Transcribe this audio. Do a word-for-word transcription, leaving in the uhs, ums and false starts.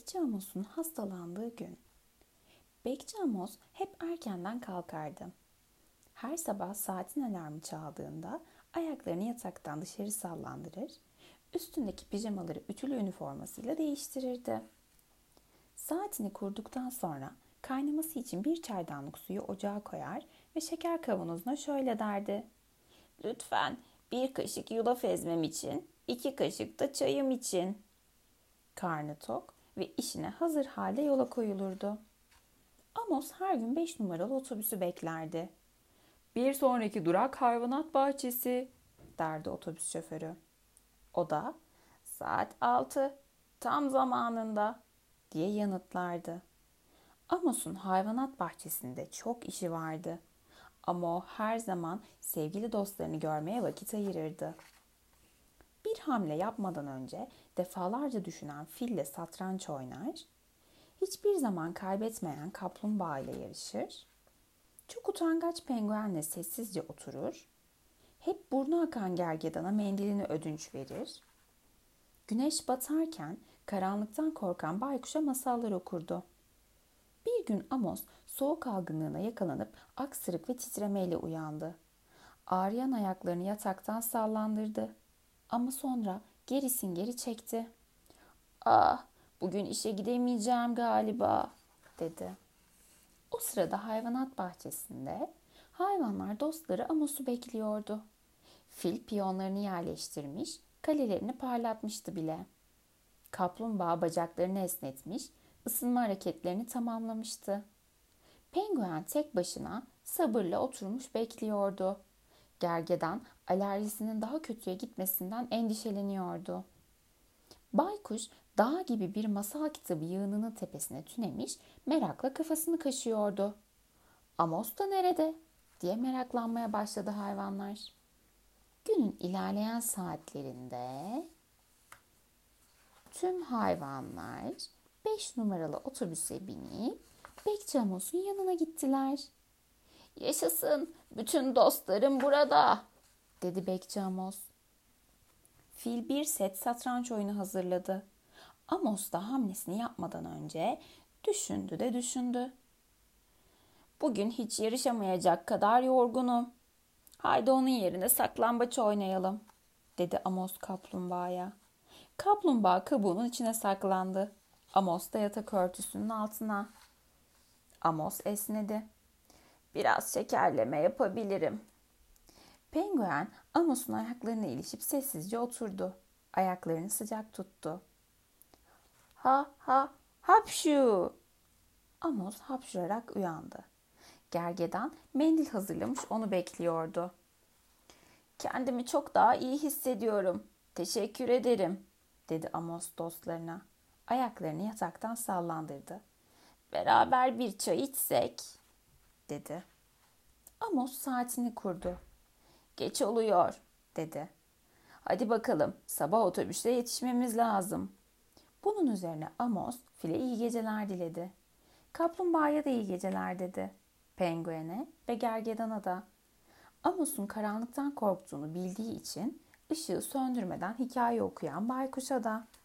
Bekçi Amos'un hastalandığı gün. Bekçi Amos hep erkenden kalkardı. Her sabah saatin alarmı çaldığında ayaklarını yataktan dışarı sallandırır, üstündeki pijamaları ütülü üniformasıyla değiştirirdi. Saatini kurduktan sonra kaynaması için bir çaydanlık suyu ocağa koyar ve şeker kavanozuna şöyle derdi: "Lütfen bir kaşık yulaf ezmem için, iki kaşık da çayım için." Karnı tok ve işine hazır halde yola koyulurdu. Amos her gün beş numaralı otobüsü beklerdi. "Bir sonraki durak hayvanat bahçesi," derdi otobüs şoförü. O da "Saat altı, tam zamanında," diye yanıtlardı. Amos'un hayvanat bahçesinde çok işi vardı. Ama o her zaman sevgili dostlarını görmeye vakit ayırırdı. Bir hamle yapmadan önce defalarca düşünen fille satranç oynar, hiçbir zaman kaybetmeyen kaplumbağa ile yarışır, çok utangaç penguenle sessizce oturur, hep burnu akan gergedana mendilini ödünç verir, güneş batarken karanlıktan korkan baykuşa masallar okurdu. Bir gün Amos soğuk algınlığına yakalanıp aksırık ve titremeyle uyandı. Ağrıyan ayaklarını yataktan sallandırdı. Ama sonra gerisin geri çekti. "Ah, bugün işe gidemeyeceğim galiba," dedi. O sırada hayvanat bahçesinde hayvanlar dostları Amos'u bekliyordu. Fil piyonlarını yerleştirmiş, kalelerini parlatmıştı bile. Kaplumbağa bacaklarını esnetmiş, ısınma hareketlerini tamamlamıştı. Penguen tek başına sabırla oturmuş bekliyordu. Gergedan alerjisinin daha kötüye gitmesinden endişeleniyordu. Baykuş dağ gibi bir masal kitabı yığınının tepesine tünemiş, merakla kafasını kaşıyordu. "Amos da nerede?" diye meraklanmaya başladı hayvanlar. Günün ilerleyen saatlerinde tüm hayvanlar beş numaralı otobüse binip Bekçi Amos'un yanına gittiler. "Yaşasın, bütün dostlarım burada," dedi Bekçi Amos. Fil bir set satranç oyunu hazırladı. Amos da hamlesini yapmadan önce düşündü de düşündü. "Bugün hiç yarışamayacak kadar yorgunum. Haydi onun yerine saklambaç oynayalım," dedi Amos kaplumbağaya. Kaplumbağa kabuğunun içine saklandı. Amos da yatak örtüsünün altına. Amos esnedi. "Biraz şekerleme yapabilirim." Penguen Amos'un ayaklarına ilişip sessizce oturdu. Ayaklarını sıcak tuttu. "Ha ha hapşu!" Amos hapşurarak uyandı. Gergedan mendil hazırlamış onu bekliyordu. "Kendimi çok daha iyi hissediyorum. Teşekkür ederim," dedi Amos dostlarına. Ayaklarını yataktan sallandırdı. "Beraber bir çay içsek," dedi. Amos saatini kurdu. "Geç oluyor," dedi. "Hadi bakalım, sabah otobüste yetişmemiz lazım." Bunun üzerine Amos file iyi geceler diledi. Kaplumbağaya da iyi geceler dedi. Penguene ve gergedana da. Amos'un karanlıktan korktuğunu bildiği için ışığı söndürmeden hikaye okuyan baykuşa da.